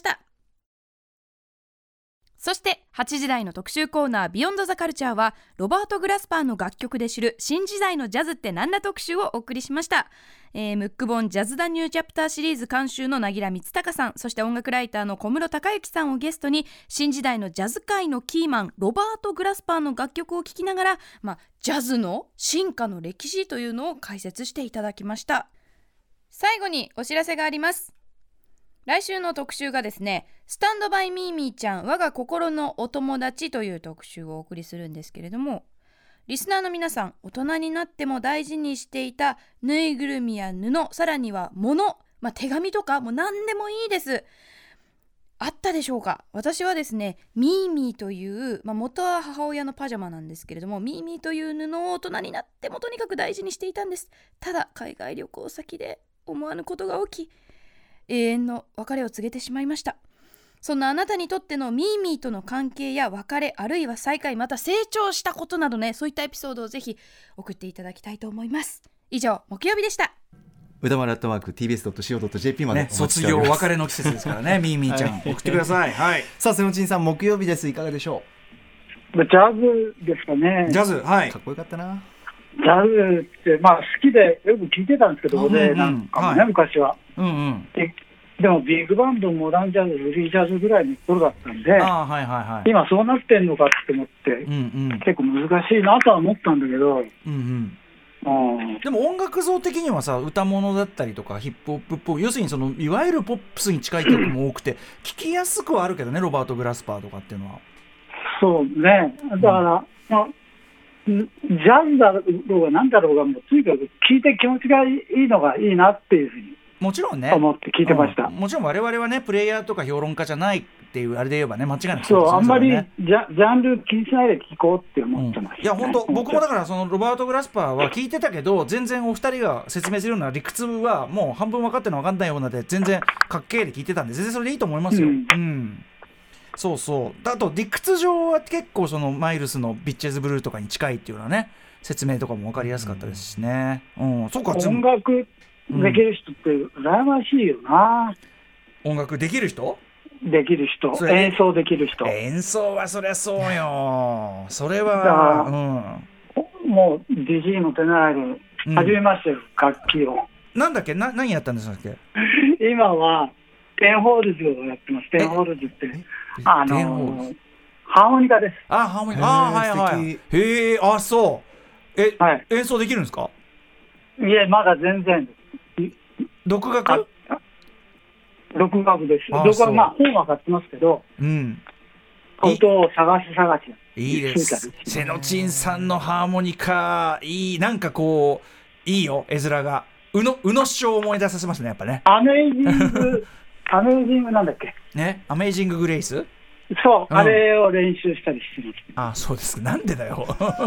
そして8時台の特集コーナービヨンドザカルチャーは、ロバート・グラスパーの楽曲で知る新時代のジャズってなんだ特集をお送りしました。ムック本ジャズ・ダ・ニュー・チャプターシリーズ監修の凪良光隆さん、そして音楽ライターの小室孝之さんをゲストに、新時代のジャズ界のキーマンロバート・グラスパーの楽曲を聴きながら、ジャズの進化の歴史というのを解説していただきました。最後にお知らせがあります。来週の特集がですね、スタンドバイミーミーちゃん我が心のお友達という特集をお送りするんですけれども、リスナーの皆さん、大人になっても大事にしていたぬいぐるみや布、さらには物、手紙とかもう何でもいいです。あったでしょうか。私はですね、ミーミーという、元は母親のパジャマなんですけれども、ミーミーという布を大人になってもとにかく大事にしていたんです。ただ海外旅行先で思わぬことが起き、永遠の別れを告げてしまいました。そんなあなたにとってのミーミーとの関係や別れ、あるいは再会、また成長したことなどね、そういったエピソードをぜひ送っていただきたいと思います。以上、木曜日でした。 歌丸@tbs.co.jp まで、 卒業お別れの季節ですからねミーミーちゃん、送ってください。はい。 さあ、瀬野珍さん、木曜日です。いかがでしょジャズですかね。 ジャズ、はい。 かっこよかったな。 ジャズって好きでよく聞いてたんですけど、昔は。でもビッグバンド、モダンジャズ、フリージャズぐらいの頃だったんで、今そうなってんのかって思って、結構難しいなとは思ったんだけど、 でも音楽像的にはさ、歌物だったりとかヒップホップっぽい、要するにそのいわゆるポップスに近い曲も多くて聴きやすくはあるけどね、ロバート・グラスパーとかっていうのは。 そうね。だから、ジャズだろうが何だろうが、もうとにかく聴いて気持ちがいいのがいいなっていうふうにもちろんね思って聞いてました。 もちろん我々はね、プレイヤーとか評論家じゃないっていうあれで言えばね、間違いなくそう、あんまりジャンル気にしないで聞こうって思ってました、ね。 いや本当、僕もだからそのロバート・グラスパーは聞いてたけど、全然お二人が説明するような理屈はもう半分分かってるの分かんないようなで、全然かっけーで聞いてたんで、全然それでいいと思いますよ。そうそう。あと理屈上は結構そのマイルスのビッチェズブルーとかに近いっていうのはね、説明とかも分かりやすかったですしね。そうか。 音楽できる人って羨ましいよな。 音楽できる人、 演奏できる人。 演奏はそりゃそうよ。それはもう DJ の手習いで始めましたよ、楽器を。 なんだっけ、何やったんですかっけ。 今はペンホールズをやってます。ペンホールズってハーモニカです。 ハーモニカ。はい。へえ、そう。演奏できるんですか。 いや、まだ全然。 独学です。僕は本は買ってますけど、音を探し。 いいです。瀬野珍さんのハーモニカ、いい。なんかこういいよ、絵面が宇野師匠を思い出させますね、やっぱね。 アメイジングなんだっけね、アメイジンググレイス。 そう、あれを練習したりしてます。そうです。なんでだよ。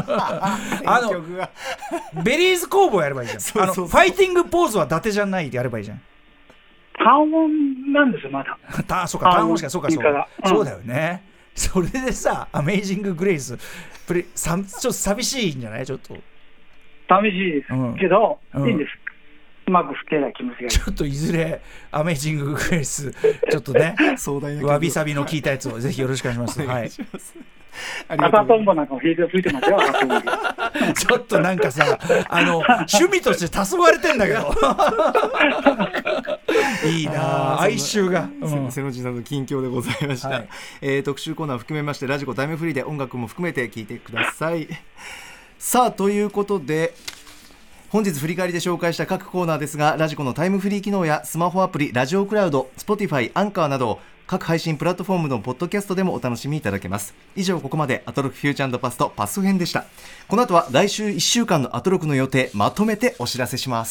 ベリーズ工房やればいいじゃん。ファイティングポーズは伊達じゃないでやればいいじゃん。 単音なんですよ、まだ。 そうか、単音しか。そうだよね。それでさ、アメイジンググレイスちょっと寂しいんじゃない？ちょっと寂しいですけど、いいんです。 うまく吹けない気持ちがいい。 ちょっといずれアメージンググレイスちょっとねわびさびの効いたやつをぜひよろしくお願いします。 お願いします。 赤とんぼなんかも吹いてますよ。 ちょっとなんかさ趣味として黄昏れてんだけどいいな哀愁が、 瀬野内さんの近況でございました、はい。特集コーナーを含めましてラジコタイムフリーで音楽も含めて聞いてください。さあということで本日振り返りで紹介した各コーナーですが、ラジコのタイムフリー機能やスマホアプリラジオクラウド、Spotify、アンカーなど各配信プラットフォームのポッドキャストでもお楽しみいただけます。以上ここまでアトロクフューチャー&パストパス編でした。この後は来週1週間のアトロクの予定まとめてお知らせします。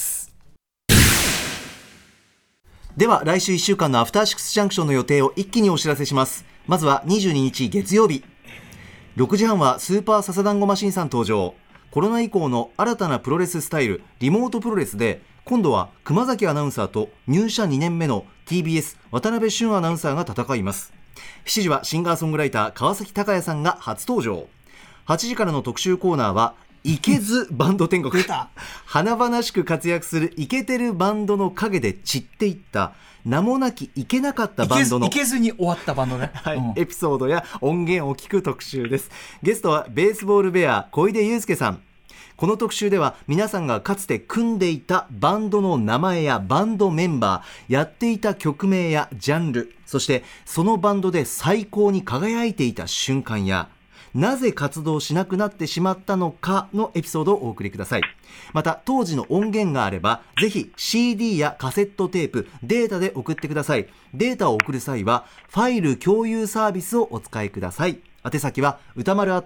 では来週1週間のアフターシックスジャンクションの予定を一気にお知らせします。まずは22日月曜日6時半はスーパーササダンゴマシンさん登場。コロナ以降の新たなプロレススタイルリモートプロレスで今度は熊崎アナウンサーと入社2年目の TBS 渡辺俊アナウンサーが戦います。7時はシンガーソングライター川崎隆也さんが初登場。8時からの特集コーナーはイケズバンド天国華々しく活躍するイケてるバンドの陰で散っていった名もなきいけなかったバンドのいけずに終わったバンドね、 はいエピソードや音源を聞く特集です。ゲストはベースボールベア小出祐介さん。この特集では皆さんがかつて組んでいたバンドの名前やバンドメンバー、やっていた曲名やジャンル、そしてそのバンドで最高に輝いていた瞬間やなぜ活動しなくなってしまったのかのエピソードをお送りください。また当時の音源があればぜひ CD やカセットテープ、データで送ってください。データを送る際はファイル共有サービスをお使いください。宛先は歌丸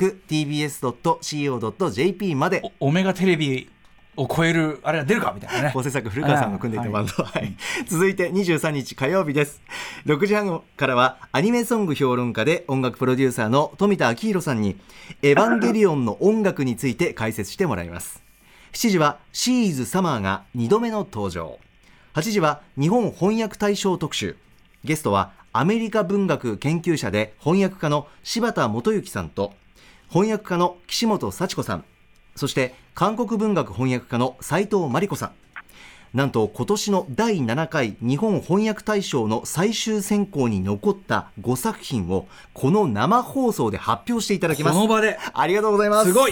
@tbs.co.jp まで。 オメガテレビを超えるあれが出るかみたいなね。 構成作古川さんが組んでいたバンド、はい、続いて23日火曜日です。6時半からはアニメソング評論家で音楽プロデューサーの富田明宏さんにエヴァンゲリオンの音楽について解説してもらいます。7時はシーズサマーが2度目の登場。8時は日本翻訳大賞特集。ゲストはアメリカ文学研究者で翻訳家の柴田元幸さんと翻訳家の岸本幸子さん、そして韓国文学翻訳家の斉藤真理子さん。なんと今年の第7回日本翻訳大賞の最終選考に残った5作品をこの生放送で発表していただきます。 この場でありがとうございます。 すごい。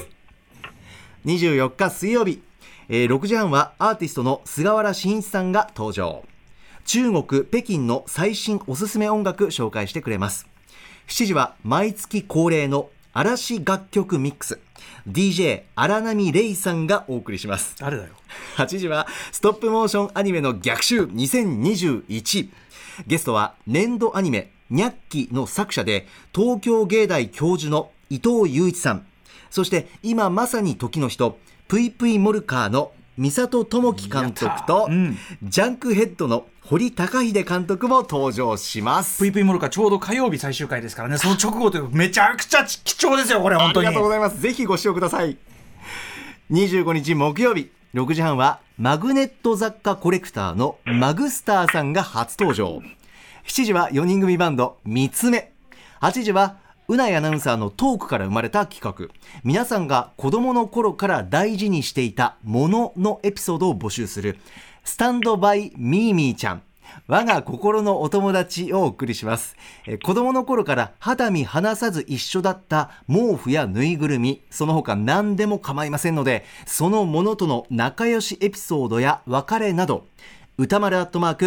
24日水曜日、6時半はアーティストの菅原慎一さんが登場。中国北京の最新おすすめ音楽紹介してくれます。7時は毎月恒例の嵐楽曲ミックス DJ 荒波レイさんがお送りします。 誰だよ。 8時はストップモーションアニメの逆襲2021。ゲストは年度アニメニャッキの作者で東京芸大教授の伊藤雄一さん、そして今まさに時の人ぷいぷいモルカーの三里智樹監督と、ジャンクヘッドの堀高秀監督も登場します。 ぷいぷいモルカーちょうど火曜日最終回ですからね。その直後というめちゃくちゃ貴重ですよこれ本当に。 ありがとうございます。ぜひご視聴ください。25日木曜日6時半はマグネット雑貨コレクターのマグスターさんが初登場。7時は4人組バンド三つ目。8時はうないアナウンサーのトークから生まれた企画、皆さんが子供の頃から大事にしていたもののエピソードを募集するスタンドバイミーミーちゃん我が心のお友達をお送りします。子供の頃から肌身離さず一緒だった毛布やぬいぐるみ、その他何でも構いませんので、そのものとの仲良しエピソードや別れなど歌丸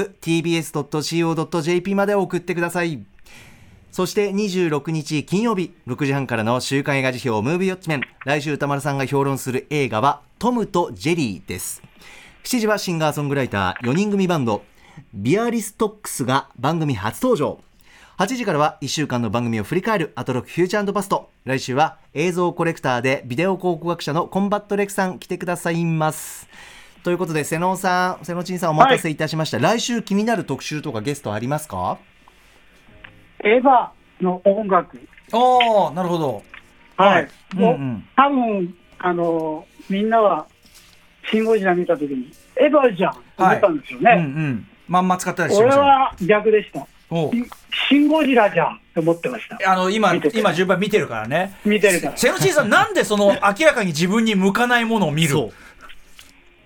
@tbs.co.jp まで送ってください。そして26日金曜日6時半からの週刊映画辞表ムービーウォッチメン。来週歌丸さんが評論する映画はトムとジェリーです。7時はシンガーソングライター4人組バンドビアリストックスが番組初登場。8時からは1週間の番組を振り返るアトロックフューチャー&パスト。来週は映像コレクターでビデオ考古学者のコンバットレクさん来てくださいます。ということで瀬野陳さんお待たせいたしました、来週気になる特集とかゲストありますか？ エヴァの音楽。 ああ、なるほど。 はい。もう、多分みんなはシン・ゴジラ見たときにエヴァじゃんと思ったんですよね。 まんま使ったりしました。 俺は逆でした。シン・ゴジラじゃんと思ってました。 今順番見てるからね。 見てるから。 瀬野陳さんなんでその明らかに自分に向かないものを見る？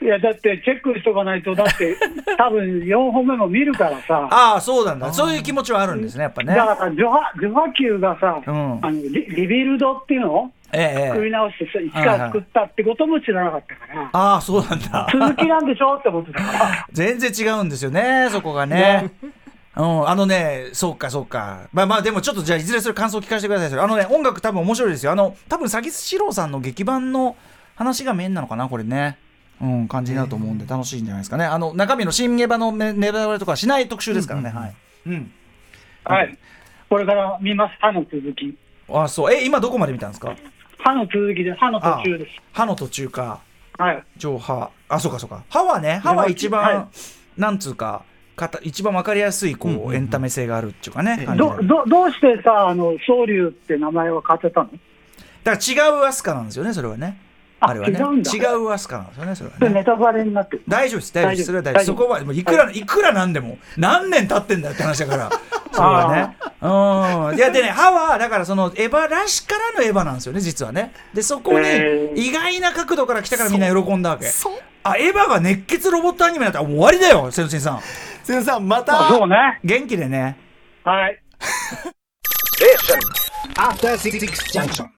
いやだってチェックしとかないと、だって多分4本目も見るからさ。 ああ、そうなんだ。そういう気持ちはあるんですね、やっぱね。 だからジョハ級がさ、リビルドっていうのを作り直して、一から作ったってことも知らなかったから。 ああ、そうなんだ。 続きなんでしょって思ってたから。 全然違うんですよね、そこがね。そうか。まあでもちょっとじゃあいずれそれ感想聞かせてください。音楽多分面白いですよ。多分詐欺師郎さんの劇版の話がメインなのかな、これね。感じになると思うんで楽しいんじゃないですかね。中身の新エヴァのネタバレとかしない特集ですからね。 はい。これから見ます。歯の続き。 あ、そう。今どこまで見たんですか？ 歯の続きで、歯の途中です。 歯の途中か。 はい。 上歯。あ、そうか。歯は一番、なんつうか、一番わかりやすいエンタメ性があるっていうかね。 どうしてさ、宗龍って名前を変えてたの？ だから違うアスカなんですよね、それはね。あれはね、違うアスカなんですよね、それはね。 ネタバレになってる。 大丈夫です、それは大丈夫。そこはもういくらなんでも何年経ってんだよって話だから。それはね。いやでね、歯はだからそのエヴァらしからのエヴァなんですよね、実はね。でそこに意外な角度から来たからみんな喜んだわけ。エヴァが熱血ロボットアニメだったら終わりだよ、瀬野さん。 瀬野さん、またそうね、 元気でね。 はい。 After 66 junction。